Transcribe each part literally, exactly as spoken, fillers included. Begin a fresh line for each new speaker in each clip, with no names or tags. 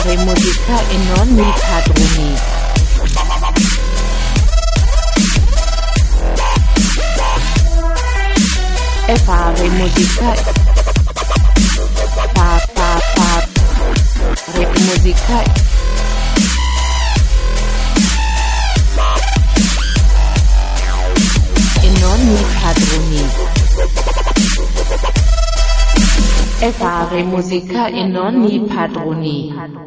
fare musica e non mi padroni. E fare musica. Pa pa pa. Re musica. E non mi padroni. E fare musica e non mi padroni.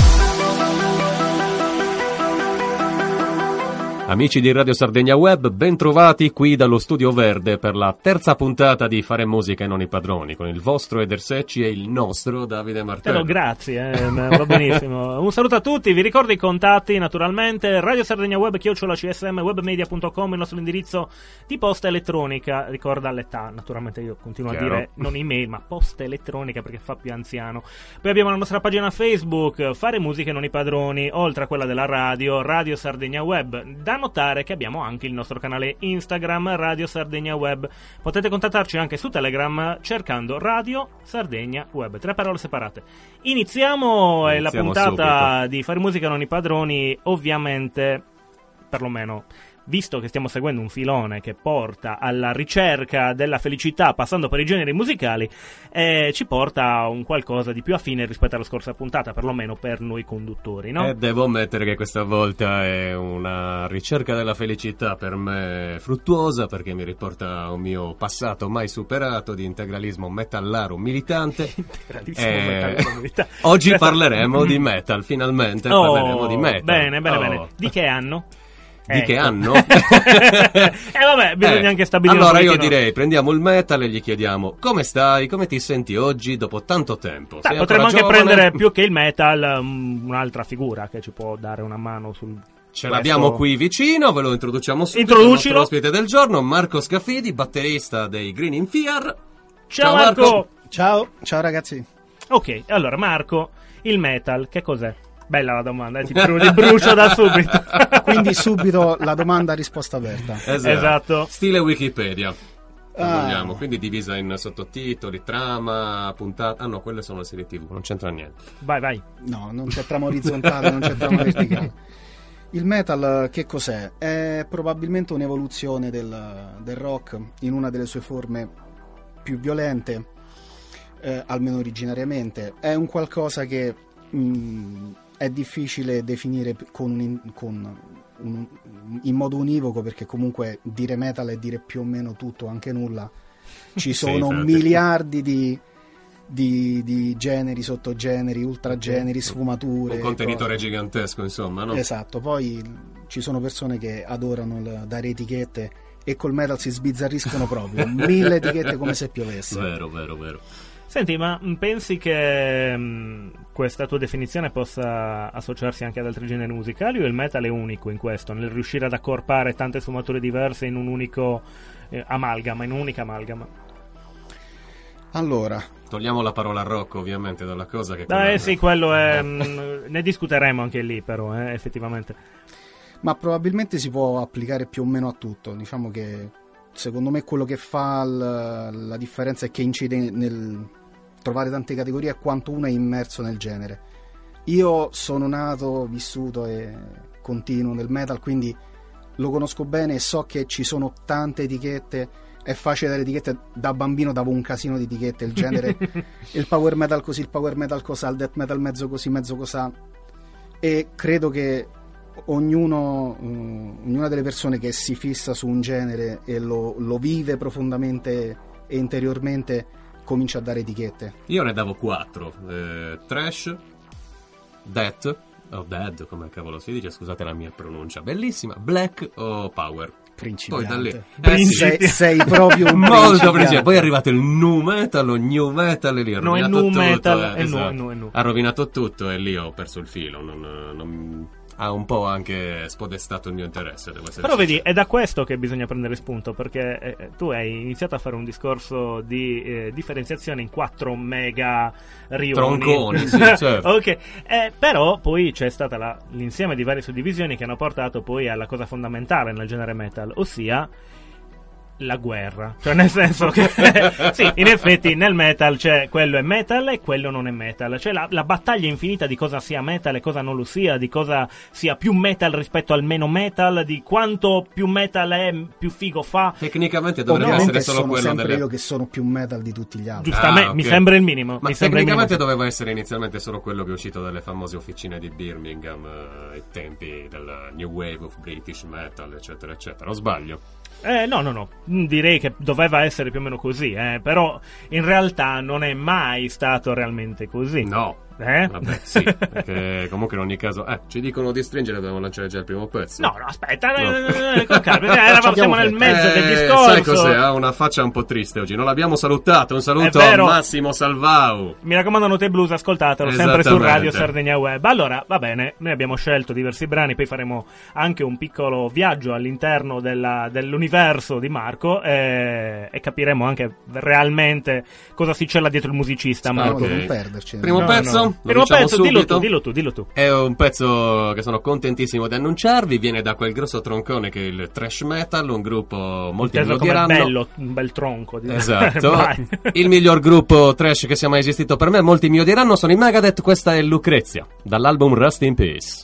Amici di Radio Sardegna Web, ben trovati qui dallo Studio Verde per la terza puntata di Fare Musica e non i padroni, con il vostro Eder Secci e il nostro Davide Martello.
Grazie, eh, va benissimo. Un saluto a tutti, vi ricordo i contatti naturalmente, Radio Sardegna Web, chiocciola c s m webmedia punto com, il nostro indirizzo di posta elettronica, ricorda l'età, naturalmente io continuo Chiaro. a dire non email ma posta elettronica perché fa più anziano. Poi abbiamo la nostra pagina Facebook, Fare Musica e non i padroni, oltre a quella della radio, Radio Sardegna Web. Da notare che abbiamo anche il nostro canale Instagram Radio Sardegna Web. Potete contattarci anche su Telegram cercando Radio Sardegna Web, tre parole separate. Iniziamo, Iniziamo la puntata subito. Di Fare Musica non i padroni, ovviamente, perlomeno visto che stiamo seguendo un filone che porta alla ricerca della felicità passando per i generi musicali, eh, ci porta a un qualcosa di più affine rispetto alla scorsa puntata, perlomeno per noi conduttori, no?
E devo ammettere che questa volta è una ricerca della felicità per me fruttuosa, perché mi riporta a un mio passato mai superato di integralismo metallaro militante.
Integralismo
eh,
metallaro militante.
Oggi parleremo di metal, finalmente
oh,
parleremo di metal.
Bene, bene,
oh.
bene. Di che anno?
Di
ecco.
che anno?
E eh, vabbè, bisogna eh, anche stabilire.
Allora io direi, prendiamo il metal e gli chiediamo: come stai, come ti senti oggi dopo tanto tempo?
Dai, potremmo anche giovane? prendere più che il metal um, un'altra figura che ci può dare una mano sul...
Ce
questo...
l'abbiamo qui vicino, ve lo introduciamo subito.
Introducilo.
Il nostro ospite del giorno, Marco Scafidi, batterista dei Green in Fear.
Ciao,
ciao
Marco.
Marco!
Ciao, ciao ragazzi.
Ok, allora Marco, il metal, che cos'è? Bella la domanda, eh? ti, bru- ti brucio da subito.
Quindi subito la domanda a risposta aperta.
Esatto.
Esatto.
Stile Wikipedia.
Ah.
Vogliamo. Quindi divisa in sottotitoli, trama, puntata. Ah no, quelle sono le serie tivù, non c'entra niente.
Vai, vai.
No, non c'è trama orizzontale, non c'è trama verticale. Il metal che cos'è? È probabilmente un'evoluzione del, del rock in una delle sue forme più violente, eh, almeno originariamente. È un qualcosa che mh, è difficile definire con un, con un, in modo univoco, perché comunque dire metal è dire più o meno tutto, anche nulla. Ci sono sì, miliardi di, di, di generi, sottogeneri, ultrageneri, sfumature.
Un contenitore
cose.
gigantesco, insomma, no?
Esatto, poi ci sono persone che adorano il, dare etichette e col metal si sbizzarriscono proprio. Mille etichette come se piovesse.
Vero, vero, vero.
Senti, ma pensi che mh, questa tua definizione possa associarsi anche ad altri generi musicali, o il metal è unico in questo, nel riuscire ad accorpare tante sfumature diverse in un unico eh, amalgama, in un'unica amalgama?
Allora,
togliamo la parola rock ovviamente dalla cosa che...
Eh sì, quello è... mh, ne discuteremo anche lì però, eh, effettivamente.
Ma probabilmente si può applicare più o meno a tutto. Diciamo che secondo me quello che fa l- la differenza è che incide nel trovare tante categorie, a quanto uno è immerso nel genere. Io sono nato, vissuto e continuo nel metal, quindi lo conosco bene e so che ci sono tante etichette. È facile dare etichette, da bambino davo un casino di etichette, il genere il power metal così, il power metal cosà, il death metal mezzo così, mezzo cosà, e credo che ognuno uh, ognuna delle persone che si fissa su un genere e lo, lo vive profondamente e interiormente comincia a dare etichette.
Io ne davo quattro: eh, trash, death o dead, come cavolo si dice, scusate la mia pronuncia bellissima, black o power.
Principiante.
Poi da lì
eh, sì. sei, sei proprio un
molto principiante. Poi è arrivato il nu metal o new metal e lì ha
no,
rovinato
nu
tutto.
Metal,
eh,
è
esatto.
nu, è nu, è nu.
Ha rovinato tutto e lì ho perso il filo. Non, non, ha un po' anche spodestato il mio interesse, devo essere
però
sincero.
Vedi, è da questo che bisogna prendere spunto, perché eh, tu hai iniziato a fare un discorso di eh, differenziazione in quattro mega rioni,
tronconi, sì, certo.
Ok, eh, però poi c'è stata la, l'insieme di varie suddivisioni che hanno portato poi alla cosa fondamentale nel genere metal, ossia la guerra, cioè nel senso che sì, in effetti nel metal c'è quello è metal e quello non è metal, c'è la, la battaglia infinita di cosa sia metal e cosa non lo sia, di cosa sia più metal rispetto al meno metal, di quanto più metal è più figo fa.
Tecnicamente dovrebbe essere solo
sono
quello
sempre
delle...
io che sono più metal di tutti gli altri.
Giustamente,
Ah, ok.
mi sembra il minimo.
Ma
mi sembra il
tecnicamente
minimo.
doveva essere inizialmente solo quello che è uscito dalle famose officine di Birmingham eh, ai tempi del New Wave of British Metal, eccetera, eccetera. O sbaglio?
Eh, no, no, no, Mm, direi che doveva essere più o meno così, eh, però in realtà non è mai stato realmente così.
No.
Eh?
Vabbè, sì, perché comunque in ogni caso, eh, ci dicono di stringere, dobbiamo lanciare già il primo pezzo.
No, no, aspetta,
No.
eh, con calma, eh, eravamo, siamo nel mezzo
Eh,
del discorso.
Sai cos'è? Ha una faccia un po' triste oggi. Non l'abbiamo salutato. Un saluto
È
a
vero.
Massimo Salvau.
Mi raccomando, Note Blues, ascoltatelo sempre su
Esattamente.
Radio Sardegna Web. Allora, va bene, noi abbiamo scelto diversi brani, poi faremo anche un piccolo viaggio all'interno della- dell'universo di Marco eh, e capiremo anche realmente cosa si cela dietro il musicista,
Speriamo
Marco.
Ok.
di non perderci.
Primo
No,
pezzo?
no.
Lo
Primo
diciamo
pezzo, dillo
subito?
tu, dillo tu, dillo tu.
È un pezzo che sono contentissimo di annunciarvi. Viene da quel grosso troncone che è il thrash metal, un gruppo molti
Inteso
lo
come
diranno.
bello, un bel tronco. di-
Esatto.
Vai.
Il miglior gruppo trash che sia mai esistito per me, molti mi odieranno, sono i Megadeth. Questa è Lucrezia, dall'album Rust in Peace.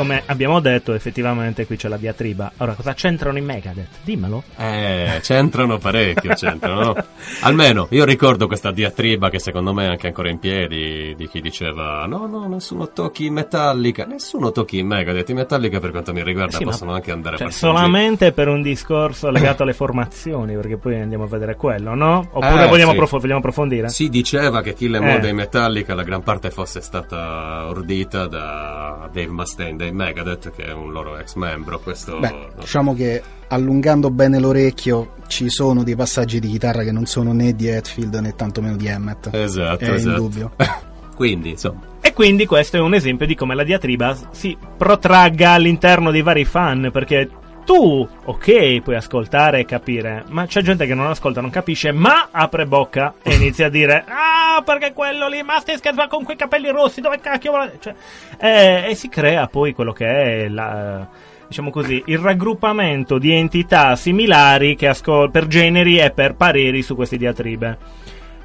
come abbiamo detto, effettivamente qui c'è la diatriba. Ora, cosa c'entrano i Megadeth? Dimmelo.
Eh, c'entrano parecchio, c'entrano. No? Almeno, io ricordo questa diatriba che secondo me è anche ancora in piedi, di chi diceva no, no, nessuno tocchi Metallica. Nessuno tocchi i Megadeth. I Metallica, per quanto mi riguarda,
sì,
possono anche andare
cioè,
per
solamente per un discorso legato alle formazioni, perché poi andiamo a vedere quello, no? Oppure
eh,
vogliamo,
sì.
approf- vogliamo approfondire?
Si diceva che Kill 'Em All
Eh.
dei Metallica, la gran parte fosse stata ordita da Dave Mustaine dei Megadeth, che è un loro ex membro. Questo
Beh,
no.
diciamo che allungando bene l'orecchio ci sono dei passaggi di chitarra che non sono né di Hetfield né tantomeno di Emmett.
Esatto,
è
esatto.
indubbio.
Quindi, insomma,
E quindi questo è un esempio di come la diatriba si protragga all'interno dei vari fan, perché tu, ok, puoi ascoltare e capire, ma c'è gente che non ascolta, non capisce, ma apre bocca e inizia a dire ah, perché quello lì, ma stai scherzando con quei capelli rossi, dove cacchio vuole? Cioè, eh, e si crea poi quello che è la, diciamo così, il raggruppamento di entità similari che ascol- per generi e per pareri su queste diatribe,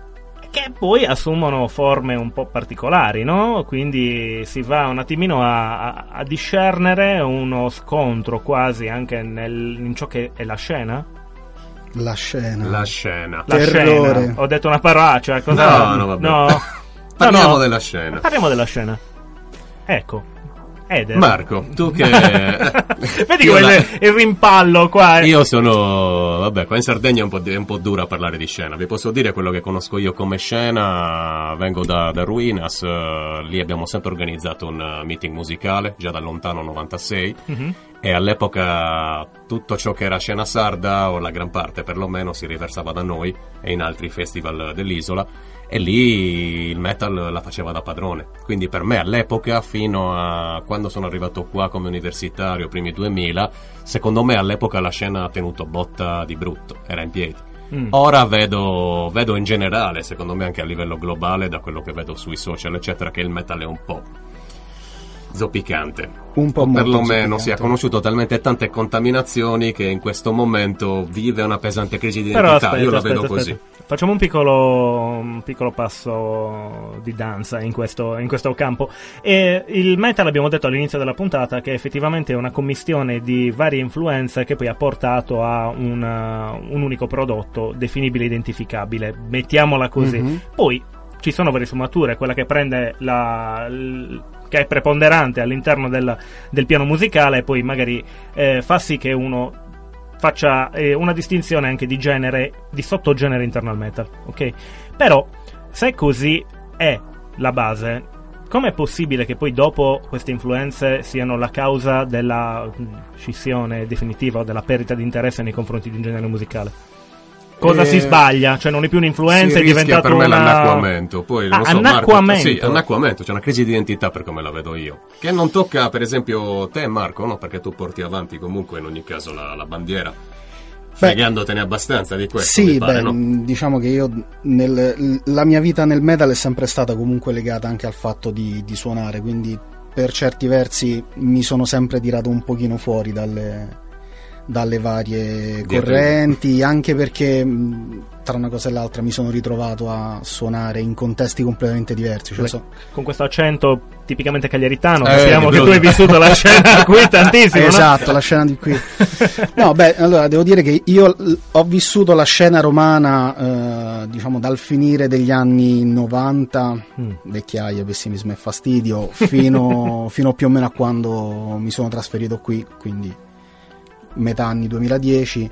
che poi assumono forme un po' particolari, no? Quindi si va un attimino a, a, a discernere uno scontro quasi anche nel, in ciò che è la scena.
La scena.
la scena.
La
Terrore.
scena. Ho detto una parola, cioè cosa...
No, no, vabbè.
No.
Parliamo
No, no.
della scena.
Parliamo della scena. Ecco. Eder.
Marco, tu che...
Vedi
Io
come
la-
il, il rimpallo qua.
Io sono... Vabbè, qua in Sardegna è un po', di- è un po' dura parlare di scena. Vi posso dire quello che conosco io come scena. Vengo da, da Ruinas. eh, lì abbiamo sempre organizzato un eh, meeting musicale, già dal lontano novantasei.
Mhm.
E all'epoca tutto ciò che era scena sarda, o la gran parte perlomeno, si riversava da noi e in altri festival dell'isola. E lì il metal la faceva da padrone. Quindi per me all'epoca, fino a quando sono arrivato qua come universitario, primi duemila, secondo me all'epoca la scena ha tenuto botta di brutto, era in piedi.
Mm.
Ora vedo, vedo in generale, secondo me anche a livello globale, da quello che vedo sui social eccetera, che il metal è un po' zoppicante.
Un po'
o
molto
perlomeno
zoppicante.
si è conosciuto talmente tante contaminazioni che in questo momento vive una pesante crisi di
Però
identità.
aspetta,
Io lo
aspetta,
vedo
aspetta.
così.
Facciamo un piccolo, un piccolo passo di danza in questo, in questo campo. E il metal, abbiamo detto all'inizio della puntata, che effettivamente è una commistione di varie influenze che poi ha portato a una, un unico prodotto definibile e identificabile. Mettiamola così.
Mhm.
Poi ci sono varie sfumature, quella che prende la... l- che è preponderante all'interno del, del piano musicale, e poi magari eh, fa sì che uno faccia eh, una distinzione anche di genere, di sottogenere interno al metal, ok? Però, se così è la base, com'è possibile che poi dopo queste influenze siano la causa della mh, scissione definitiva o della perdita di interesse nei confronti di un genere musicale? Cosa
Eh,
si sbaglia? Cioè non è più un'influenza,
Si
è
rischia
diventato
per me
una...
l'annacquamento. Poi, non
Ah,
so, Marco,
annacquamento.
sì, annacquamento, c'è una crisi di identità per come la vedo io. Che non tocca, per esempio, te, Marco, no? Perché tu porti avanti comunque in ogni caso la, la bandiera. Fregandotene abbastanza di questo,
Sì,
mi pare,
beh,
no?
mh, diciamo che io nel, la mia vita nel metal è sempre stata comunque legata anche al fatto di, di suonare, quindi per certi versi mi sono sempre tirato un pochino fuori dalle, dalle varie
Dietro.
correnti, anche perché mh, tra una cosa e l'altra mi sono ritrovato a suonare in contesti completamente diversi, cioè,
Beh,
so-
con questo accento tipicamente cagliaritano,
Eh,
sappiamo
di
che tu
brutto.
hai vissuto la scena qui tantissimo, no?
esatto, la scena di qui. No, beh, allora devo dire che io l- ho vissuto la scena romana, eh, diciamo, dal finire degli anni novanta,
Mm.
vecchiaia, pessimismo e fastidio, fino, fino più o meno a quando mi sono trasferito qui, quindi metà anni duemiladieci.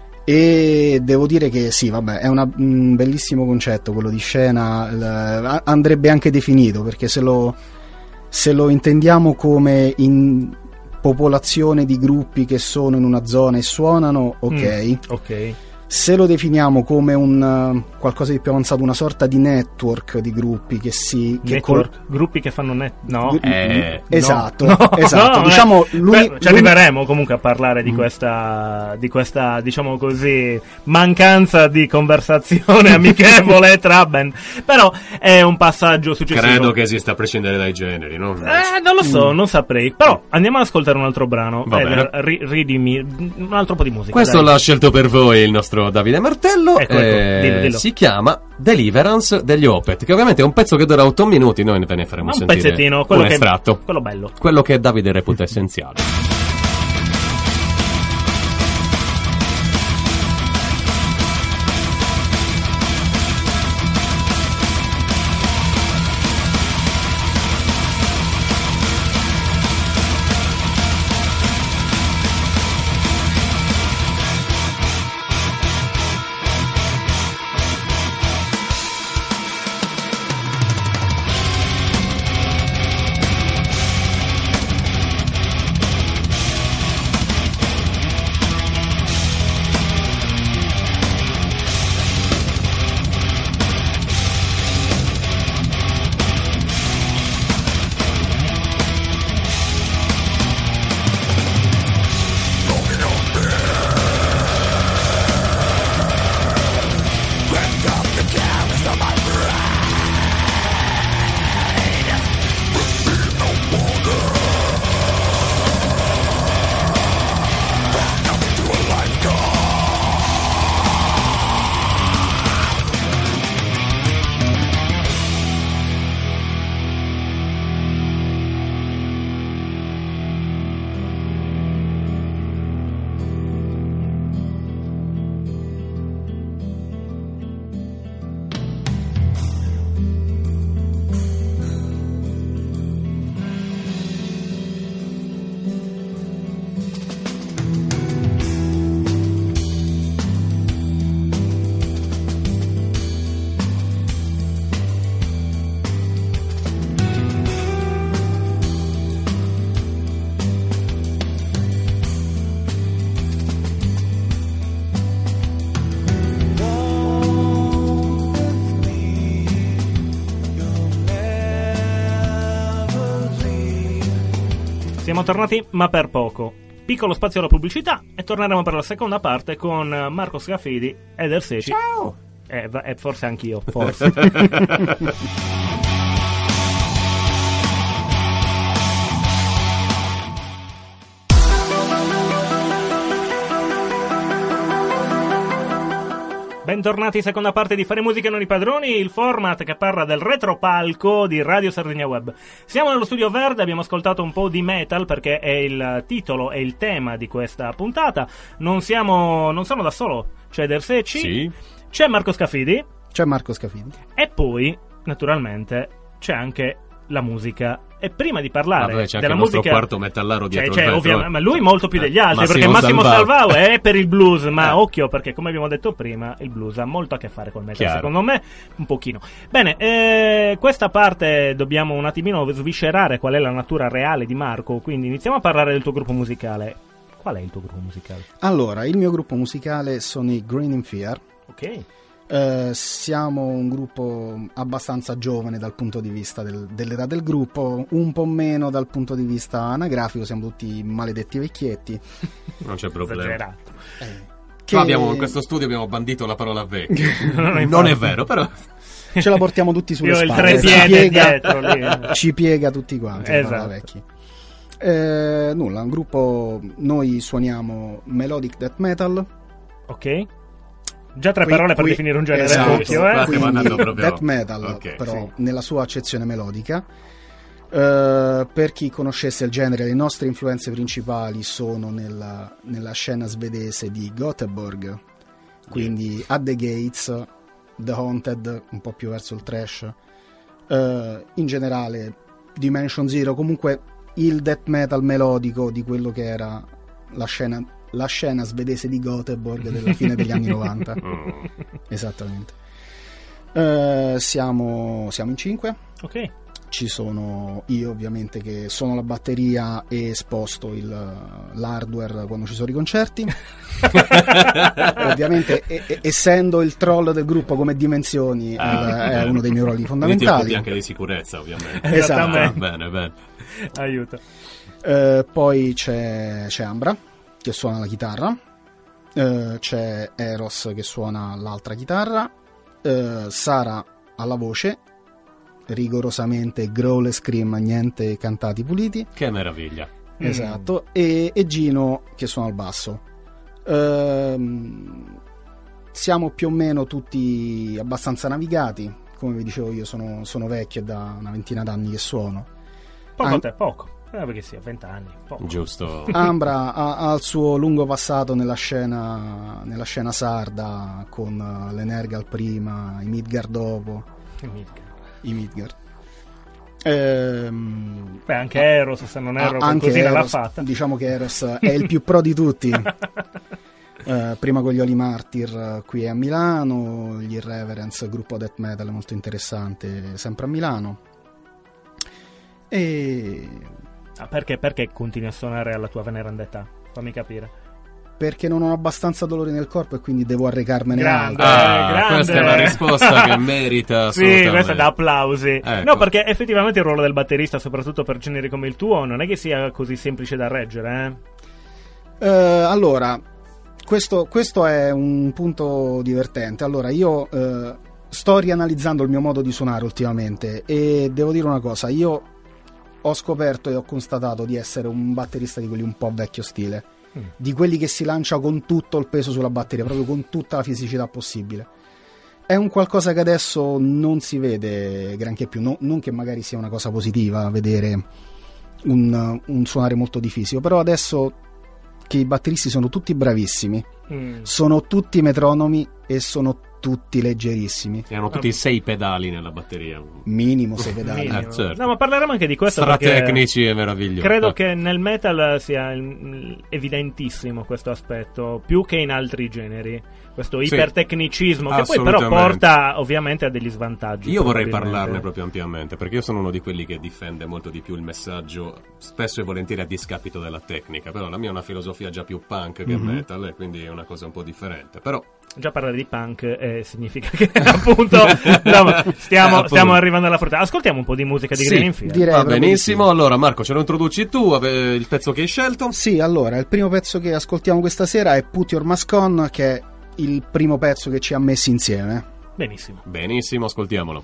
E devo dire che sì, vabbè, è una- un bellissimo concetto quello di scena, l- a- andrebbe anche definito, perché se lo, se lo intendiamo come in popolazione di gruppi che sono in una zona e suonano, ok.
Mm, ok.
Se lo definiamo come un uh, qualcosa di più avanzato, una sorta di network di gruppi che si che
Network, gruppi che fanno net... No?
Gru-
Eh,
esatto,
No,
esatto.
no,
Diciamo,
eh,
l'uni-
beh, ci
l'uni-
arriveremo comunque a parlare di questa, di questa, diciamo così, mancanza di conversazione amichevole tra band. Però è un passaggio successivo.
Credo che esista a prescindere dai generi, no?
Eh, non lo so, non saprei. Però andiamo ad ascoltare un altro brano.
Va
Eh,
bene.
ri- ridimi un altro po' di musica.
Questo
dai.
l'ha scelto per voi il nostro nostro Davide Martello.
Ecco, ecco,
eh,
dillo, dillo.
Si chiama Deliverance degli Opeth, che ovviamente è un pezzo che dura otto minuti. Noi ve ne faremo
Ma un
sentire
pezzettino, quello
un
che-
estratto,
quello bello.
quello che Davide reputa essenziale.
Siamo tornati, ma per poco. Piccolo spazio alla pubblicità e torneremo per la seconda parte con Marco Scafidi ed Erseci.
Ciao!
Eh, va- eh, forse anch'io, forse. Bentornati, seconda parte di Fare Musica e Non i Padroni, il format che parla del retropalco di Radio Sardegna Web. Siamo nello studio verde, abbiamo ascoltato un po' di metal perché è il titolo e il tema di questa puntata. Non siamo, non sono da solo, c'è Dersecci,
Sì.
c'è Marco Scafidi
C'è Marco Scafidi.
e poi, naturalmente, c'è anche la musica. E prima di
Ah,
parlare
vabbè, c'è anche
della
il nostro
musica,
quarto metallaro
Cioè,
dietro
cioè,
il vetro.
ovviamente, ma lui molto più degli altri,
Eh,
perché
Massimo
Massimo
Salvao.
Salvao è per il blues, ma
Eh.
occhio, perché come abbiamo detto prima, il blues ha molto a che fare col metal,
Chiaro.
secondo me un pochino. Bene, eh, questa parte dobbiamo un attimino sviscerare qual è la natura reale di Marco, quindi iniziamo a parlare del tuo gruppo musicale. Qual è il tuo gruppo musicale?
Allora, il mio gruppo musicale sono i Green in Fear.
Ok.
Eh, siamo un gruppo abbastanza giovane dal punto di vista del- dell'età del gruppo, un po' meno dal punto di vista anagrafico, siamo tutti maledetti vecchietti.
Non c'è problema.
Esagerato.
Eh,
Che... Abbiamo, in questo studio abbiamo bandito la parola vecchio.
Non è
Non è
infatti.
vero, però.
ce la portiamo tutti sulle
Io ho il
spalle. Ci
trepiede
piega,
dietro lì.
ci piega tutti quanti. la parola
Esatto.
vecchi. Eh, nulla, un gruppo, noi suoniamo melodic death metal.
Ok. Già tre
Qui-
parole per
qui-
definire un genere,
esatto,
occhio, eh?
Qua stiamo
quindi
andando proprio-
death metal,
Ok,
però
sì.
nella sua accezione melodica. Eh, per chi conoscesse il genere, le nostre influenze principali sono nella, nella scena svedese di Göteborg, quindi At the Gates, The Haunted, un po' più verso il trash, eh, in generale Dimension Zero, comunque il death metal melodico di quello che era la scena, la scena svedese di Göteborg della fine degli anni novanta.
Mm.
Esattamente. Eh, siamo, siamo in cinque.
Ok.
Ci sono io ovviamente che suono la batteria e sposto il, l'hardware quando ci sono i concerti. Ovviamente e, e, essendo il troll del gruppo come dimensioni
Ah,
eh, è uno dei miei ruoli
Quindi ti
fondamentali.
occupi anche di sicurezza, ovviamente.
Esatto.
Esattamente.
Bene, bene.
Aiuto.
Eh, poi c'è, c'è Ambra che suona la chitarra, eh, c'è Eros che suona l'altra chitarra, eh, Sara alla voce, rigorosamente growl e scream, niente cantati puliti.
Che meraviglia.
Esatto, e, e Gino che suona il basso. Ehm, siamo più o meno tutti abbastanza navigati. Come vi dicevo, io sono, sono vecchio, è da una ventina d'anni che suono.
Poco
An-
a te, poco. Eh, perché sì, a vent'anni. Poco.
Giusto.
Ambra ha, ha il suo lungo passato nella scena, nella scena sarda, con uh, l'Energal prima, i Midgard dopo.
Che Midgard.
I Midgard. Ehm,
Beh, anche Eros, se non erro,
anche
qualcosina l'ha
Eros,
fatta.
diciamo che Eros è il più pro di tutti. Eh, prima con gli Holy Martyr eh, qui a Milano, gli Irreverence, gruppo death metal molto interessante, sempre a Milano. E
Ah, perché, perché continui a suonare alla tua veneranda età? Fammi capire.
perché non ho abbastanza dolore nel corpo e quindi devo arrecarmene
Grande.
altro.
Ah,
grande.
questa è una risposta che merita
Sì,
assolutamente.
questa è da applausi.
Ecco.
No, perché effettivamente il ruolo del batterista, soprattutto per generi come il tuo, non è che sia così semplice da reggere, eh?
Eh, allora, questo, questo è un punto divertente. Allora, io eh, sto rianalizzando il mio modo di suonare ultimamente e devo dire una cosa, io ho scoperto e ho constatato di essere un batterista di quelli un po' vecchio stile, mm. di quelli che si lancia con tutto il peso sulla batteria, proprio con tutta la fisicità possibile. È un qualcosa che adesso non si vede granché più, no, non che magari sia una cosa positiva vedere un, un suonare molto di fisico, però adesso che i batteristi sono tutti bravissimi, mm. sono tutti metronomi e sono tutti leggerissimi.
E hanno tutti sei pedali nella batteria.
Minimo sei pedali.
Minimo.
Eh, certo.
No, ma parleremo anche di questo.
Stratecnici e meravigliosi.
Credo
Ah.
che nel metal sia il- evidentissimo questo aspetto, più che in altri generi. Questo
Sì.
ipertecnicismo, che poi però
Assolutamente.
porta ovviamente a degli svantaggi.
Io vorrei
probabilmente.
parlarne proprio ampiamente, perché io sono uno di quelli che difende molto di più il messaggio, spesso e volentieri a discapito della tecnica, però la mia è una filosofia già più punk che
Mhm.
metal, e quindi è una cosa un po' differente, però
Già parlare di punk eh, significa che appunto no, stiamo,
Appunto.
stiamo arrivando alla frutta. Ascoltiamo un po' di musica di
Sì,
Green Infield.
direi
va
proprio di
benissimo.
sì.
Allora Marco, ce lo introduci tu, ave- il pezzo che hai scelto?
Sì, allora, il primo pezzo che ascoltiamo questa sera è Put Your Mask On, che è il primo pezzo che ci ha messi insieme.
Benissimo.
Benissimo, ascoltiamolo.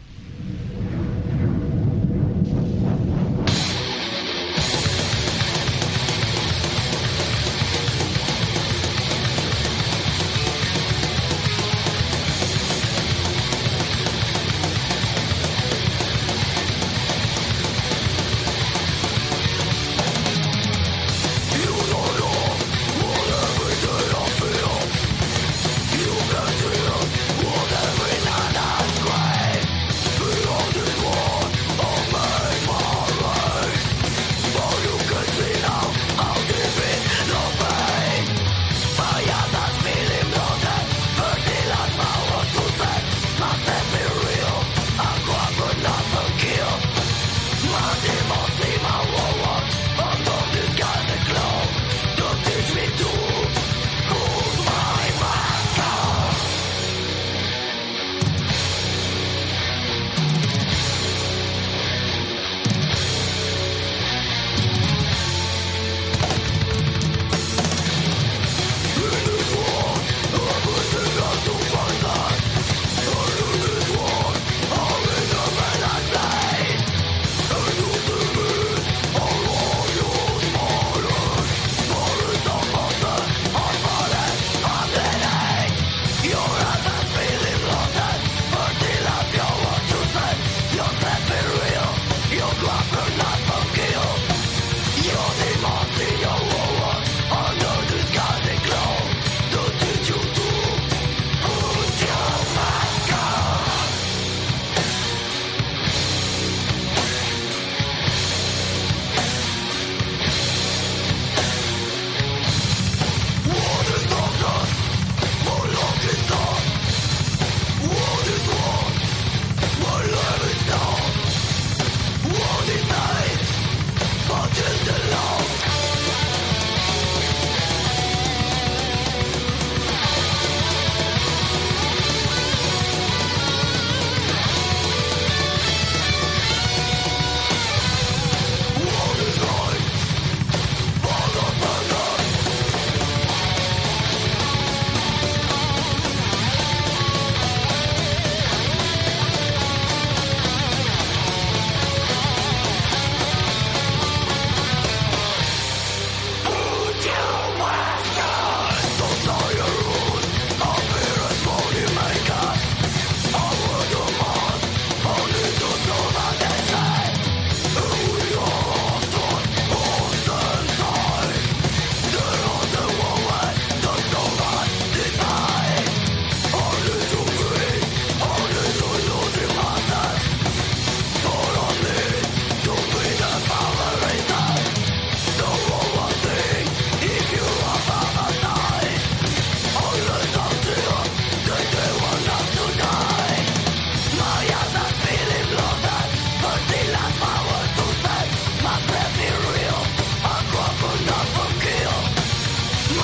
You can feel whatever in an square.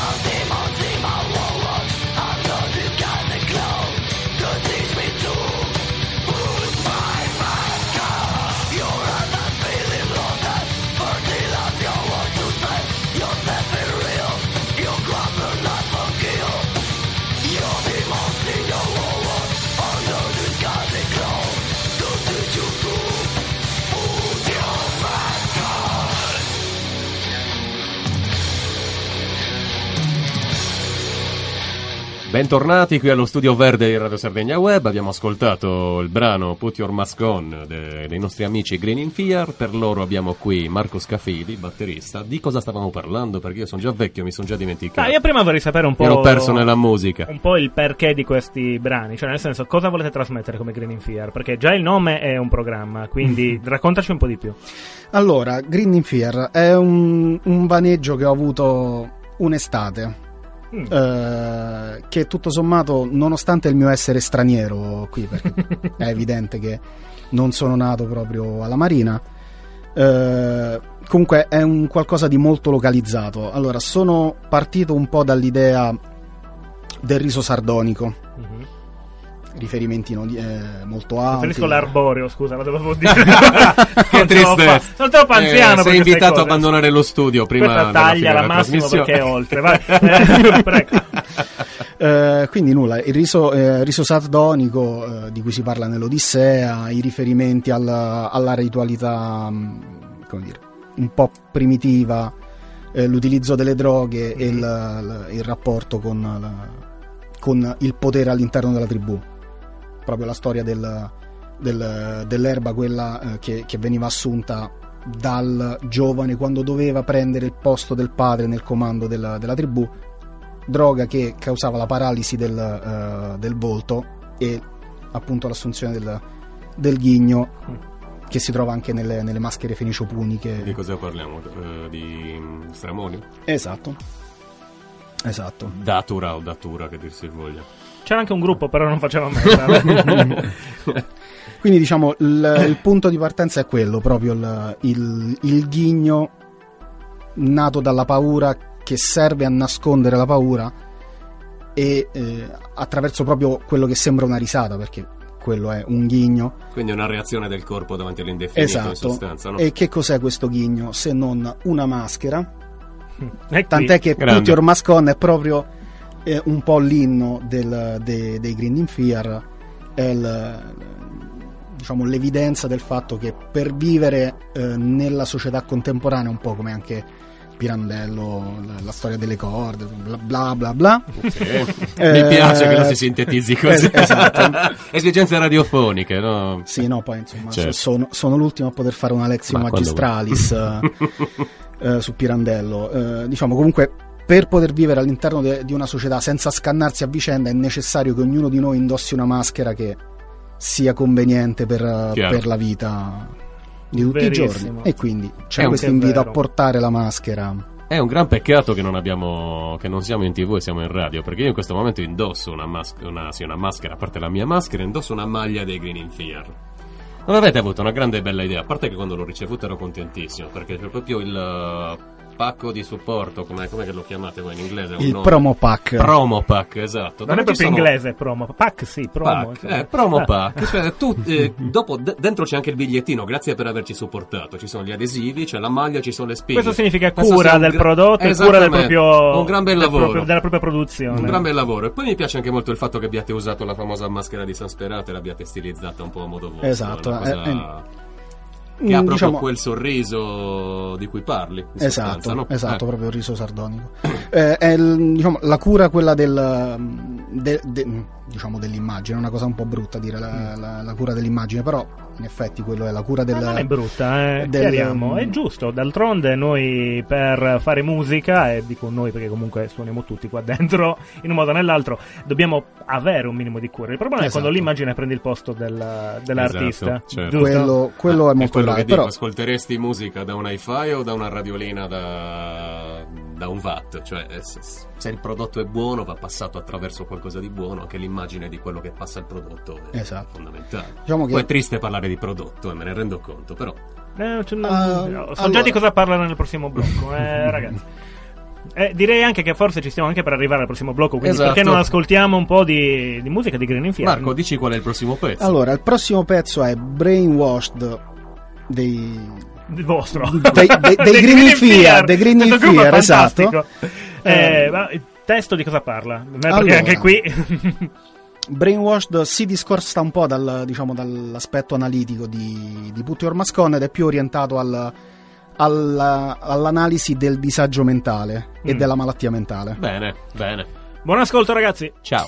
Bentornati qui allo studio verde di Radio Sardegna Web. Abbiamo ascoltato il brano Put Your Mask On de- dei nostri amici Green in Fear. Per loro abbiamo qui Marco Scafidi, batterista. Di cosa stavamo parlando? Perché io sono già vecchio, mi sono già dimenticato.
Ah, io prima vorrei sapere un po'.
Ero perso nella musica.
Un po' il perché di questi brani, cioè nel senso cosa volete trasmettere come Green in Fear? Perché già il nome è un programma, quindi raccontaci un po' di più.
Allora, Green in Fear è un, un vaneggio che ho avuto un'estate. Mm. Eh, che tutto sommato, nonostante il mio essere straniero qui, perché è evidente che non sono nato proprio alla Marina, eh, comunque è un qualcosa di molto localizzato. Allora, sono partito un po' dall'idea del riso sardonico. Mm-hmm. Riferimenti no, eh, molto alti.
Preferisco l'arborio, scusa, lo dovevo dire.
Che tristezza.
Sono troppo anziano.
Eh, sei invitato a abbandonare lo studio prima.
Questa taglia la massimo perché è oltre. Vai. Eh, prego.
Eh, quindi nulla, il riso, eh, riso sardonico eh, di cui si parla nell'Odissea, i riferimenti alla, alla ritualità, mh, come dire, un po' primitiva, eh, l'utilizzo delle droghe e il, il, il rapporto con, la, con il potere all'interno della tribù. Proprio la storia del, del, dell'erba, quella eh, che, che veniva assunta dal giovane quando doveva prendere il posto del padre nel comando della, della tribù, droga che causava la paralisi del, uh, del volto e appunto l'assunzione del, del ghigno, che si trova anche nelle, nelle maschere fenicio-puniche.
Di cosa parliamo? Uh, di Stramonio?
Esatto. Esatto.
Datura o datura, che dir si voglia.
C'era anche un gruppo, però non faceva mai.
Quindi diciamo il, il punto di partenza è quello, proprio il, il, il ghigno nato dalla paura, che serve a nascondere la paura e eh, attraverso proprio quello che sembra una risata, perché quello è un ghigno.
Quindi è una reazione del corpo davanti all'indefinito.
Esatto.
In sostanza, no?
E che cos'è questo ghigno se non una maschera?
E
tant'è che
Grande.
Put Your Mask On è proprio eh, un po' l'inno del, de, dei Green in Fear, è il, diciamo l'evidenza del fatto che per vivere eh, nella società contemporanea, un po' come anche Pirandello, la, la storia delle corde, bla bla bla bla.
Sì. Eh, mi piace che lo si sintetizzi così.
Es- esatto.
Esigenze radiofoniche, no?
Sì, no, poi insomma
certo.
sono, sono l'ultimo a poter fare una lezione magistralis eh, su Pirandello. Eh, diciamo comunque, per poter vivere all'interno de- di una società senza scannarsi a vicenda è necessario che ognuno di noi indossi una maschera che sia conveniente per, per la vita di tutti
Verissimo.
I giorni, e quindi c'è questo invito a portare la maschera.
È un gran peccato che non abbiamo, che non siamo in TV e siamo in radio, perché io in questo momento indosso una, mas- una, sì, una maschera, a parte la mia maschera, indosso una maglia dei Green in Fear. Non avete avuto una grande e bella idea, a parte che quando l'ho ricevuta ero contentissimo, perché c'è proprio il pacco di supporto, come che lo chiamate voi in inglese?
Il
nome?
promo pack.
Promo pack, esatto.
Non è proprio
sono...
inglese promo, pack sì, promo.
Pack, eh, promo pack. Cioè, tu, eh, dopo, d- dentro c'è anche il bigliettino, grazie per averci supportato. Ci sono gli adesivi, c'è la maglia, ci sono le spighe.
Questo significa
Questo
cura
un
del
gra-
prodotto e cura del proprio,
un gran bel
del
lavoro.
proprio, della propria produzione.
Un gran bel lavoro. E poi mi piace anche molto il fatto che abbiate usato la famosa maschera di San Sperato e l'abbiate stilizzata un po' a modo vostro.
Esatto.
Una cosa...
Eh, eh.
Che ha proprio
diciamo,
quel sorriso di cui parli.
Esatto,
sostanza, no?
esatto,
eh.
proprio il riso sardonico. Eh, è il, diciamo, la cura quella del, de, de, diciamo dell'immagine, è una cosa un po' brutta dire la, la, la cura dell'immagine, però in effetti quello è la cura del...
Ma non è brutta, eh,
del,
chiariamo, è giusto, d'altronde noi per fare musica, e dico noi perché comunque suoniamo tutti qua dentro, in un modo o nell'altro, dobbiamo avere un minimo di cura. Il problema
esatto.
è quando l'immagine prende il posto del, dell'artista.
Esatto, certo.
Quello, quello
ah,
è molto
quello
grave,
che dico,
però...
ascolteresti musica da un hi-fi o da una radiolina da, da un watt? Cioè, se il prodotto è buono, va passato attraverso qualcosa di buono, anche l'immagine di quello che passa il prodotto è
esatto.
fondamentale.
Diciamo che...
Poi è triste parlare di prodotto, e me ne rendo conto, però
Eh, cioè,
Uh,
so
allora...
già di cosa parlare nel prossimo blocco, eh, ragazzi. Eh, direi anche che forse ci stiamo anche per arrivare al prossimo blocco, quindi
Esatto.
perché non ascoltiamo un po' di, di musica di Green Inferno?
Marco, dici qual è il prossimo pezzo?
Allora, il prossimo pezzo è Brainwashed dei...
Il vostro.
dei, dei, dei Green in Fear, dei Green in
Questo gruppo è
Fear, esatto.
fantastico. Eh, ma il testo di cosa parla? Perché
Allora.
anche qui
Brainwashed si discosta un po' dal, diciamo, dall'aspetto analitico di, di Put Your Mask On ed è più orientato al, alla, all'analisi del disagio mentale e
Mm.
della malattia mentale.
Bene, bene.
buon ascolto, ragazzi.
Ciao.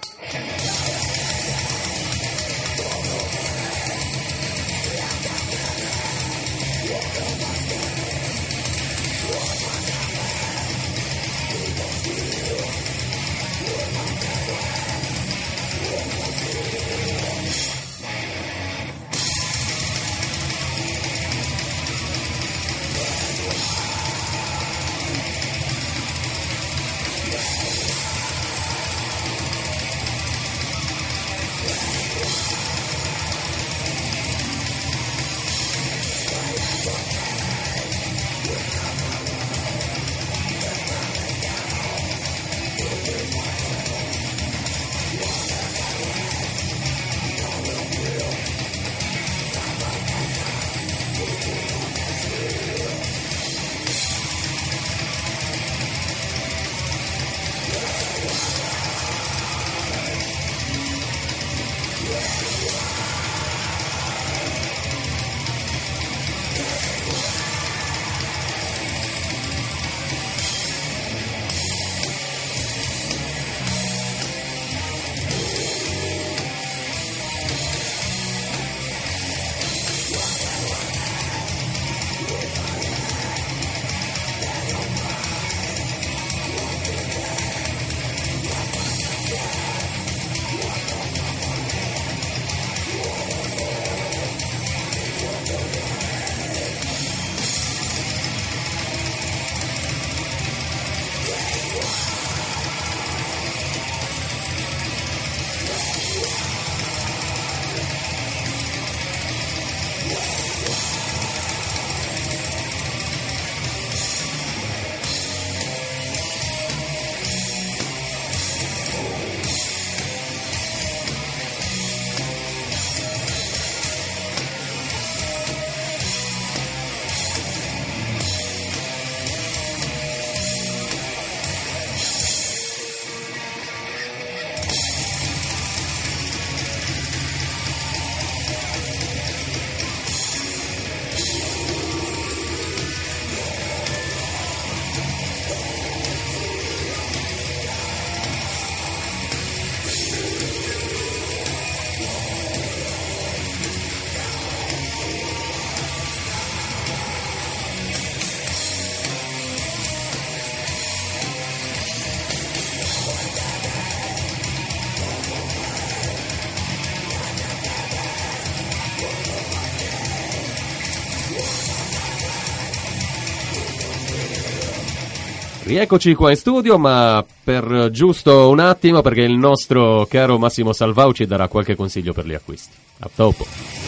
Rieccoci qua in studio, ma per giusto un attimo, perché il nostro caro Massimo Salvau ci darà qualche consiglio per gli acquisti. A dopo.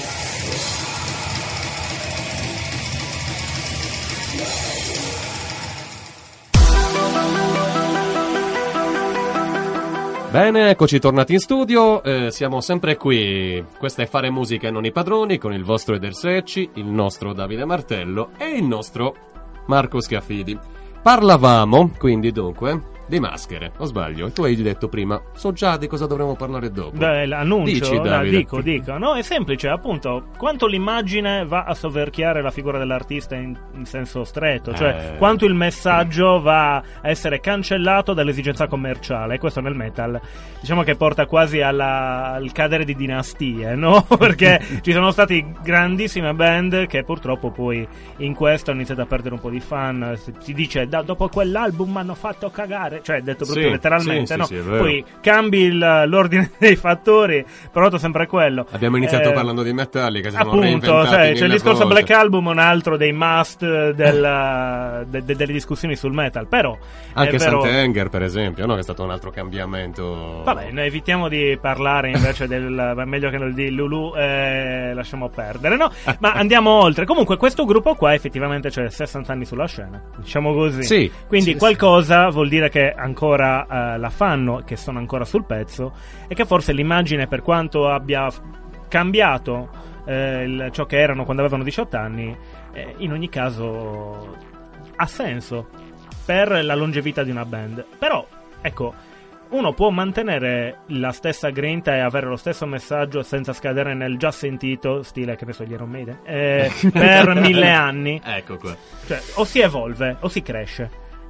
Bene, eccoci tornati in studio, eh, siamo sempre qui. Questa è Fare Musica e Non i Padroni, con il vostro Eder Secci, il nostro Davide Martello e il nostro Marco Schiaffidi. Parlavamo, quindi dunque, di maschere, o sbaglio? E tu hai detto prima, so già di cosa dovremo parlare dopo.
Beh, l'annuncio,
Dici,
no,
Davide.
dico, dico. No, è semplice, appunto, quanto l'immagine va a soverchiare la figura dell'artista in, in senso stretto, cioè
Eh.
quanto il messaggio va a essere cancellato dall'esigenza commerciale. E questo nel metal, diciamo che porta quasi alla, al cadere di dinastie, no? Perché ci sono stati grandissime band che purtroppo poi in questo hanno iniziato a perdere un po' di fan. Si dice, da, dopo quell'album mi hanno fatto cagare. cioè detto proprio
Sì,
letteralmente,
sì,
no?
sì, sì, è vero.
Poi cambi il- l'ordine dei fattori, prodotto sempre quello.
Abbiamo iniziato
Eh,
parlando di Metallica, si sono
Appunto,
reinventati
sai, c'è il
mille
discorso
volte.
Black Album, un altro dei must del- de- de- delle discussioni sul metal, però
Anche
è vero.
Sant'Anger, per esempio, no? Che è stato un altro cambiamento.
Vabbè, noi evitiamo di parlare invece del meglio che non di Lulu, eh, lasciamo perdere, no? Ma andiamo oltre. Comunque, questo gruppo qua effettivamente c'è sessanta anni sulla scena, diciamo così.
Sì.
Quindi
Sì,
qualcosa vuol dire che ancora eh, la fanno, che sono ancora sul pezzo, e che forse l'immagine, per quanto abbia f- cambiato eh, il- ciò che erano quando avevano diciotto anni, eh, in ogni caso ha senso per la longevità di una band. Però, ecco, uno può mantenere la stessa grinta e avere lo stesso messaggio senza scadere nel già sentito, stile, che ne so, gli Iron Maiden, eh, per mille anni.
Ecco qua.
Cioè, o si evolve o si cresce.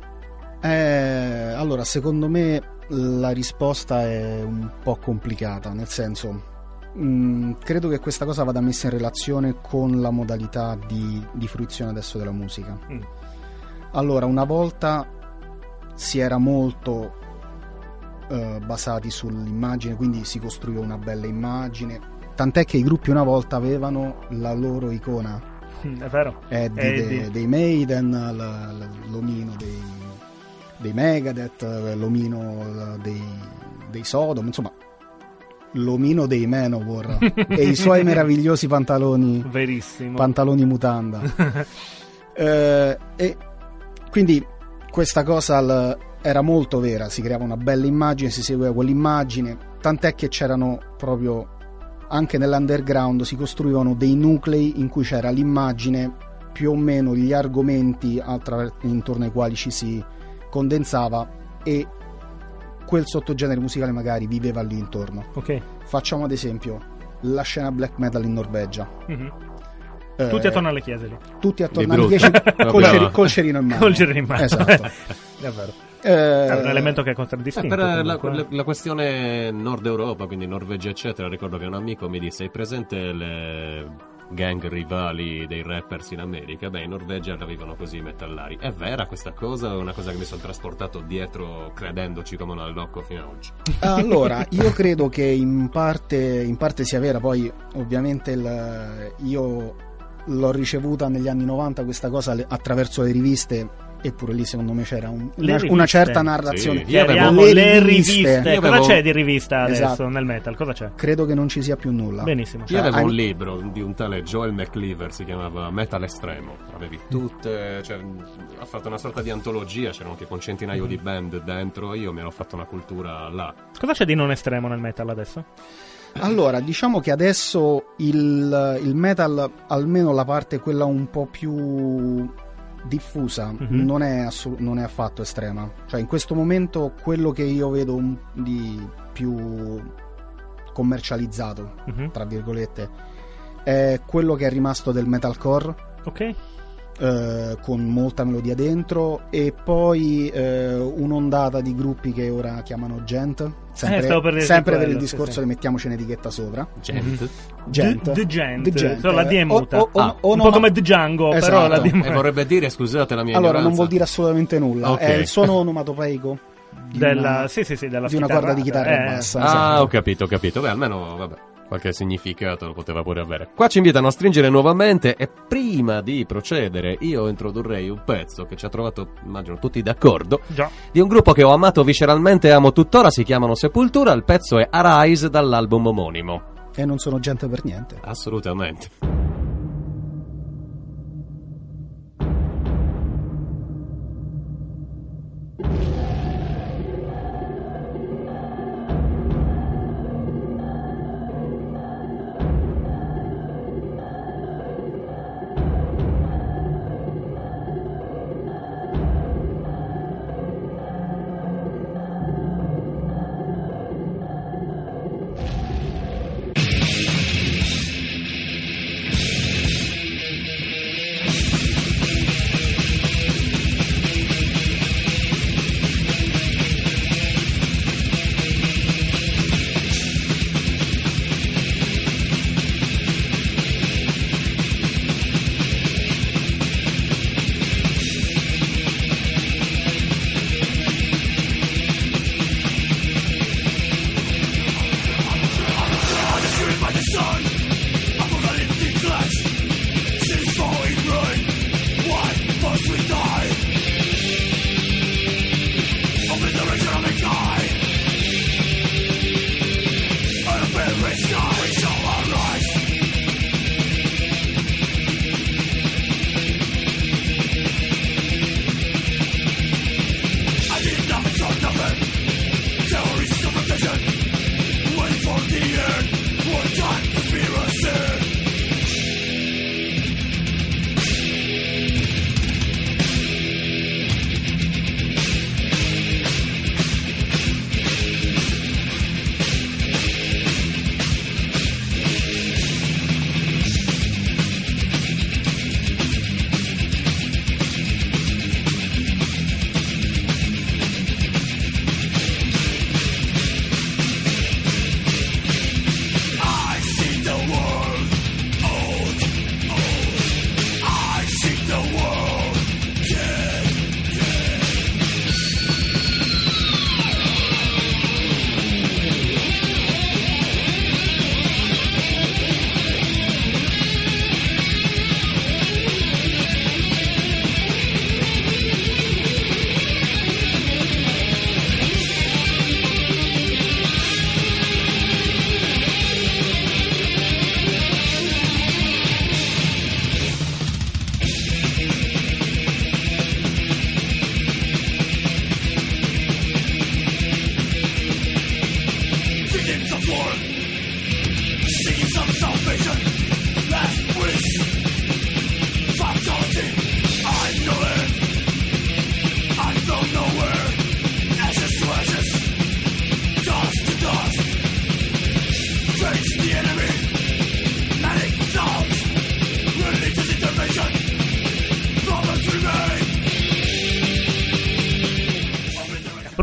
Eh, allora, secondo me la risposta è un po' complicata, nel senso, mh, credo che questa cosa vada messa in relazione con la modalità di, di fruizione adesso della musica.
Mm.
Allora, una volta si era molto eh, basati sull'immagine, quindi si costruiva una bella immagine, tant'è che i gruppi una volta avevano la loro icona,
Mm, è vero.
Eddie
Eddie.
de- dei Maiden, la- la- l'omino dei, dei Megadeth, l'omino la- dei, dei Sodom, insomma l'omino dei Manowar e i suoi meravigliosi pantaloni
Verissimo.
pantaloni mutanda. Eh, e quindi questa cosa l- era molto vera, si creava una bella immagine, si seguiva quell'immagine, tant'è che c'erano proprio anche nell'underground, si costruivano dei nuclei in cui c'era l'immagine, più o meno gli argomenti attraver- intorno ai quali ci si condensava, e quel sottogenere musicale magari viveva lì intorno.
Ok.
Facciamo ad esempio la scena black metal in Norvegia.
Mhm.
Eh,
Tutti attorno alle chiese lì.
tutti attorno
Di
alle
brutto.
chiese col,
Proprio-
ceri- col cerino in mano.
Col cerino in mano.
Esatto.
È vero.
Eh,
È un elemento che è
Eh,
contraddistinto.
per la,
comunque.
la- la questione Nord Europa, quindi Norvegia eccetera, ricordo che un amico mi disse: hai presente le gang rivali dei rappers in America? Beh, in Norvegia la vivono così i metallari. È vera questa cosa o è una cosa che mi sono trasportato dietro credendoci come un allocco fino ad oggi?
Allora, io credo che in parte, in parte sia vera, poi ovviamente il- io l'ho ricevuta negli anni novanta questa cosa le- attraverso le riviste, eppure lì secondo me c'era un-
Le
una,
riviste?
una certa narrazione.
Sì. Io avevo-
Chiariamo
Le
le
riviste.
riviste.
Io
Cosa
avevo-
c'è di rivista adesso
Esatto.
nel metal? Cosa c'è?
Credo che non ci sia più nulla.
Benissimo.
Io avevo
Cioè,
un
an-
libro di un tale Joel McLeaver, si chiamava Metal Estremo. Avevi tutte, cioè, ha fatto una sorta di antologia, c'erano anche con centinaio di band dentro. Io mi ero fatto una cultura là.
Cosa c'è di non estremo nel metal adesso?
Allora, diciamo che adesso il, il metal, almeno la parte quella un po' più diffusa,
Mhm.
non, è assu- non è affatto estrema. Cioè, in questo momento quello che io vedo un- di più commercializzato,
Mhm.
tra virgolette, è quello che è rimasto del metalcore,
Ok.
eh, con molta melodia dentro, e poi eh, un'ondata di gruppi che ora chiamano gent, sempre,
Eh, stavo per dirti
sempre per
quello,
il
sì,
discorso
sì.
che mettiamoci un'etichetta sopra.
Gente.
Gent.
The, the Gent.
The Gent.
Solo la D è
O-
muta.
o- o-
Ah,
o
un
non-
po' come The Django, però
Esatto.
la D è
E
muta.
vorrebbe dire, scusate la mia
Allora,
ignoranza.
non vuol dire assolutamente nulla.
Ok.
È il suono onomatopeico di
Della,
una,
sì, sì, sì, della
di una
chitarra-
corda di chitarra
eh,
bassa.
Ah,
esatto.
ho capito, ho capito. Beh, almeno, vabbè, qualche significato lo poteva pure avere. Qua ci invitano a stringere nuovamente e prima di procedere io introdurrei un pezzo che ci ha trovato, immagino, tutti d'accordo,
Già.
di un gruppo che ho amato visceralmente e amo tuttora, si chiamano Sepultura, il pezzo è Arise dall'album omonimo.
E non sono gente per niente.
Assolutamente.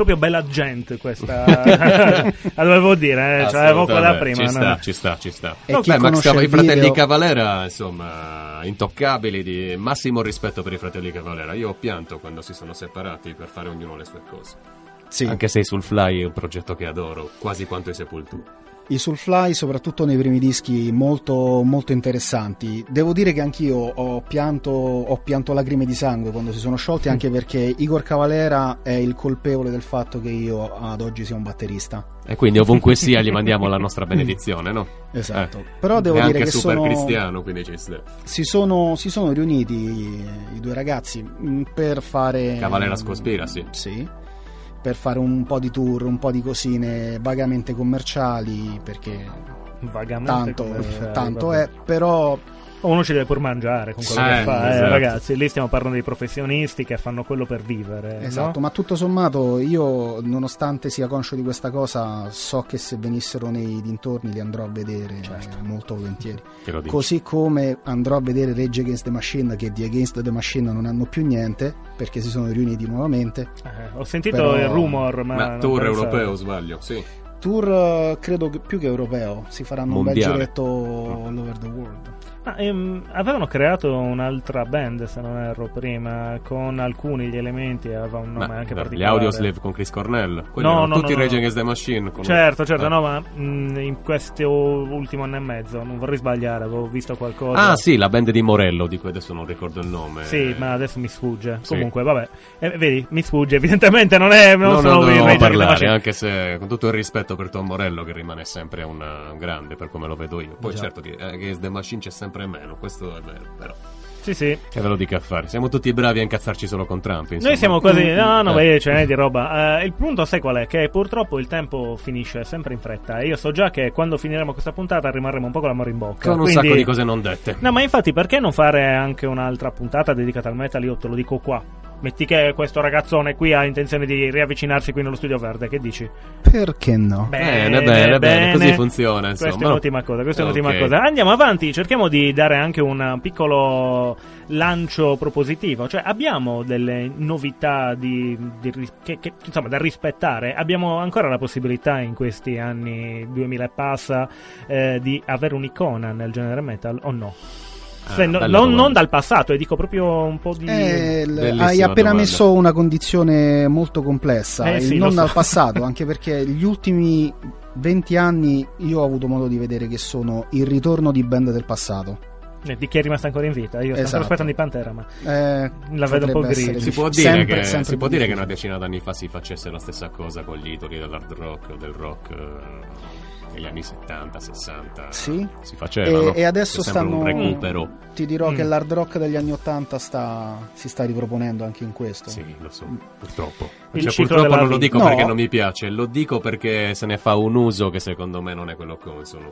proprio bella gente questa. La dovevo dire, eh, cioè avevo quella prima.
Ci
no?
sta, ci sta, ci sta.
E
No,
chi
beh, ma
conosce
stavo-
il
i fratelli
video-
Cavalera, insomma, intoccabili, di massimo rispetto per i fratelli Cavalera. Io ho pianto quando si sono separati per fare ognuno le sue cose.
Sì.
Anche se i Soulfly è un progetto che adoro, quasi quanto i Sepultura.
I Soulfly, soprattutto nei primi dischi, molto, molto interessanti. Devo dire che anch'io ho pianto, ho pianto lacrime di sangue quando si sono sciolti, anche perché Igor Cavalera è il colpevole del fatto che io ad oggi sia un batterista.
E quindi ovunque sia gli mandiamo la nostra benedizione, no?
Esatto.
Eh.
Però devo
è
dire
anche
che
super
sono,
cristiano, quindi ci sta.
si, sono, si sono riuniti i, i due ragazzi mh, per fare...
Cavalera Scospira, sì.
Sì. Per fare un po' di tour, un po' di cosine vagamente commerciali, perché
Vagamente
tanto,
commerciali,
tanto
vabbè.
è, però
Uno ci deve pur mangiare con quello
Sì,
che fa, eh,
esatto.
ragazzi. Lì stiamo parlando di professionisti che fanno quello per vivere.
esatto,
no?
ma tutto sommato io, nonostante sia conscio di questa cosa, so che se venissero nei dintorni li andrò a vedere
Certo.
eh, molto volentieri.
Te lo dico.
Così come andrò a vedere Rage Against the Machine, che di Against the Machine non hanno più niente perché si sono riuniti nuovamente.
Eh, ho sentito
Però-
il rumor, ma,
Ma
non
tour
pensavo.
europeo, sbaglio, sì.
Tour eh, credo che più che europeo, si faranno un bel
Mondiale.
giretto all over the world.
Ma, ehm, avevano creato un'altra band, se non erro, prima, con alcuni gli elementi, aveva un nome
Ma,
anche
beh, gli
particolare.
Audioslave con Chris Cornell. Quelli
No,
erano
no,
tutti
no,
Rage
no.
Against the Machine. con-
Certo, certo,
Eh.
no, ma mh, in questo ultimo anno e mezzo, non vorrei sbagliare, avevo visto qualcosa.
Ah, sì, la band di Morello, di cui adesso non ricordo il nome.
Sì, ma adesso mi sfugge.
Sì.
Comunque, vabbè, eh, vedi, mi sfugge. Evidentemente non è. Non
No,
sono
no, no,
i
no,
Rage Against the
parlare,
Machine.
anche se con tutto il rispetto per Tom Morello, che rimane sempre un, un grande per come lo vedo io. Poi
Già.
certo che Against the Machine c'è sempre meno, questo è vero, però.
Sì, sì.
Che ve lo dica a fare? Siamo tutti bravi a incazzarci solo con Trump, insomma.
Noi siamo quasi. No, no,
Eh.
beh, ce n'è di roba. Eh, il punto, sai qual è? Che purtroppo il tempo finisce sempre in fretta. E io so già che quando finiremo questa puntata rimarremo un po' con l'amore in bocca.
Con un
Quindi-
sacco di cose non dette.
No, ma infatti, perché non fare anche un'altra puntata dedicata al metal? Io te lo dico qua. Metti che questo ragazzone qui ha intenzione di riavvicinarsi qui nello studio verde, che dici?
Perché no?
Bene, bene, bene, così funziona, insomma.
Questa è un'ottima cosa, questa è un'ottima
Ok.
cosa. Andiamo avanti, cerchiamo di dare anche un piccolo lancio propositivo. Cioè, abbiamo delle novità di, di ris- che, che, insomma, da rispettare. Abbiamo ancora la possibilità in questi anni duemila e passa eh, di avere un'icona nel genere metal o no? Se
Ah,
no-
bella
non,
domanda.
non dal passato, e dico proprio un po' di...
Eh, l-
Bellissima
hai appena
domanda.
messo una condizione molto complessa,
Eh
il
sì,
non
lo so.
dal passato, anche perché gli ultimi venti anni io ho avuto modo di vedere che sono il ritorno di band del passato.
eh, di chi è rimasto ancora in vita. Io sto
Esatto.
ancora aspettando di Pantera, ma
Eh,
la vedo un po'
potrebbe
grigia.
essere
Si
dif-
può dire,
sempre-
che,
sempre
si può
più
dire che una
difficile.
decina d'anni fa si facesse la stessa cosa con gli idoli dell'hard rock o del rock eh, negli anni settanta, sessanta.
Sì.
Si faceva,
E-
no?
e adesso
C'è sempre un
stanno-
recupero.
Ti dirò
Mm.
che l'hard rock degli anni ottanta sta, si sta riproponendo anche in questo.
Sì, lo so, purtroppo.
Il
Cioè,
ciclo
purtroppo
della
non lo
vita.
dico
No.
perché non mi piace, lo dico perché se ne fa un uso che secondo me non è quello consono.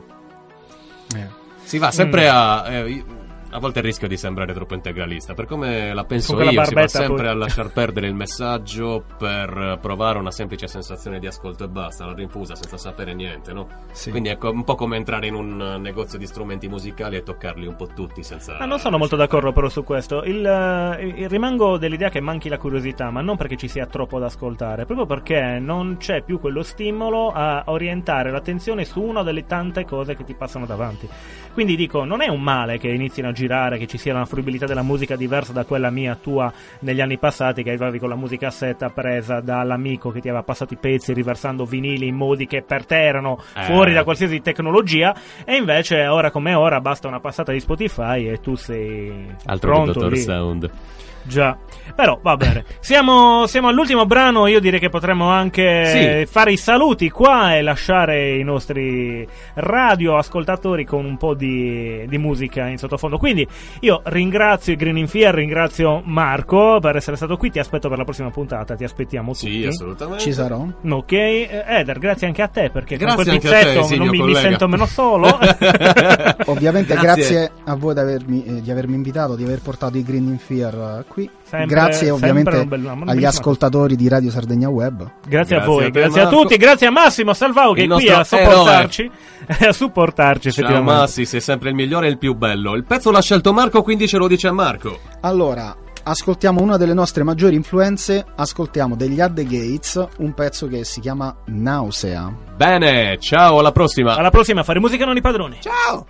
Eh.
Si va sempre
Mm.
a... eh, io- a volte rischio di sembrare troppo integralista. Per come la penso
Con quella
io, si va
barbetta
sempre
poi.
a lasciar perdere il messaggio per provare una semplice sensazione di ascolto e basta, la rinfusa senza sapere niente, no?
Sì.
Quindi è co- un po' come entrare in un eh, negozio di strumenti musicali e toccarli un po' tutti senza...
Ah, non sono molto d'accordo però su questo. Il, eh, il- rimango dell'idea che manchi la curiosità, ma non perché ci sia troppo da ascoltare, proprio perché non c'è più quello stimolo a orientare l'attenzione su una delle tante cose che ti passano davanti. Quindi dico, non è un male che inizino a girare, che ci sia una fruibilità della musica diversa da quella mia tua negli anni passati, che arrivavi con la musicassetta presa dall'amico che ti aveva passato i pezzi riversando vinili in modi che per te erano
Eh.
fuori da qualsiasi tecnologia, e invece ora come ora basta una passata di Spotify e tu sei
Altro che
pronto
Dottor
lì.
Sound.
Già, però va bene. Siamo, siamo all'ultimo brano. Io direi che potremmo anche
Sì.
fare i saluti qua e lasciare i nostri radio ascoltatori con un po' di, di musica in sottofondo. Quindi io ringrazio i Green in Fear, ringrazio Marco per essere stato qui. Ti aspetto per la prossima puntata. Ti aspettiamo tutti.
Sì, assolutamente.
Ci sarò.
Ok, eh, Eder, grazie anche a te perché
Grazie
con quel
anche a te,
pizzetto
signor
non mi, mi
collega.
sento meno solo.
Ovviamente
Grazie.
grazie, a voi di avermi, eh, di avermi invitato, di aver portato i Green in Fear eh, qui.
Sempre-
grazie ovviamente
sempre un bel- una
agli
bellissima
ascoltatori di Radio Sardegna Web.
Grazie,
Grazie
a voi,
a te,
grazie a
Marco.
tutti, grazie a Massimo Salvao che è
Il
qui a
nostro
supportarci. A supportarci,
Ciao
effettivamente.
Massi, sei sempre il migliore e il più bello. Il pezzo l'ha scelto Marco, quindi ce lo dice a Marco.
Allora, ascoltiamo una delle nostre maggiori influenze, ascoltiamo degli At The Gates un pezzo che si chiama Nausea.
Bene, ciao, alla prossima.
Alla prossima, fare musica non i padroni.
Ciao.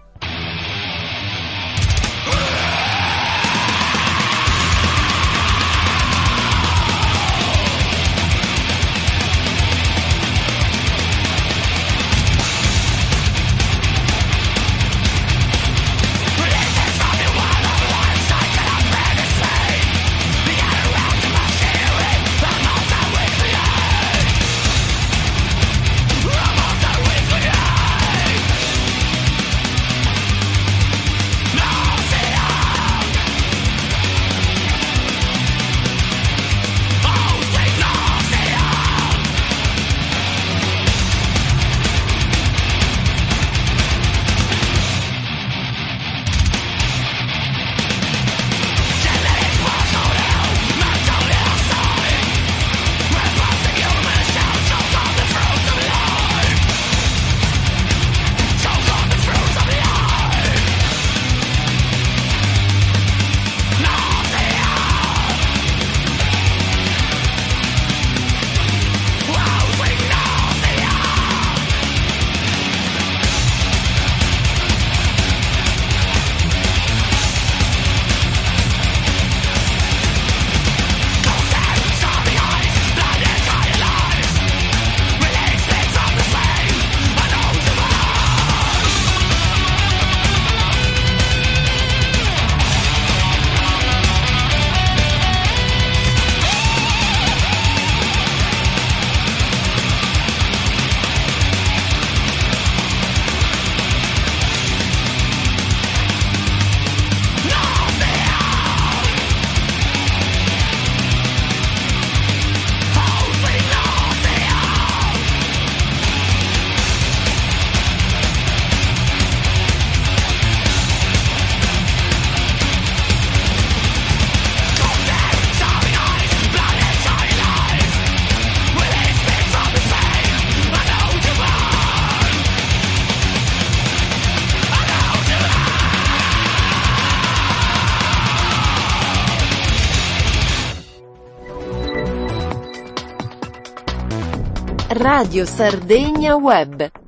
Radio Sardegna Web.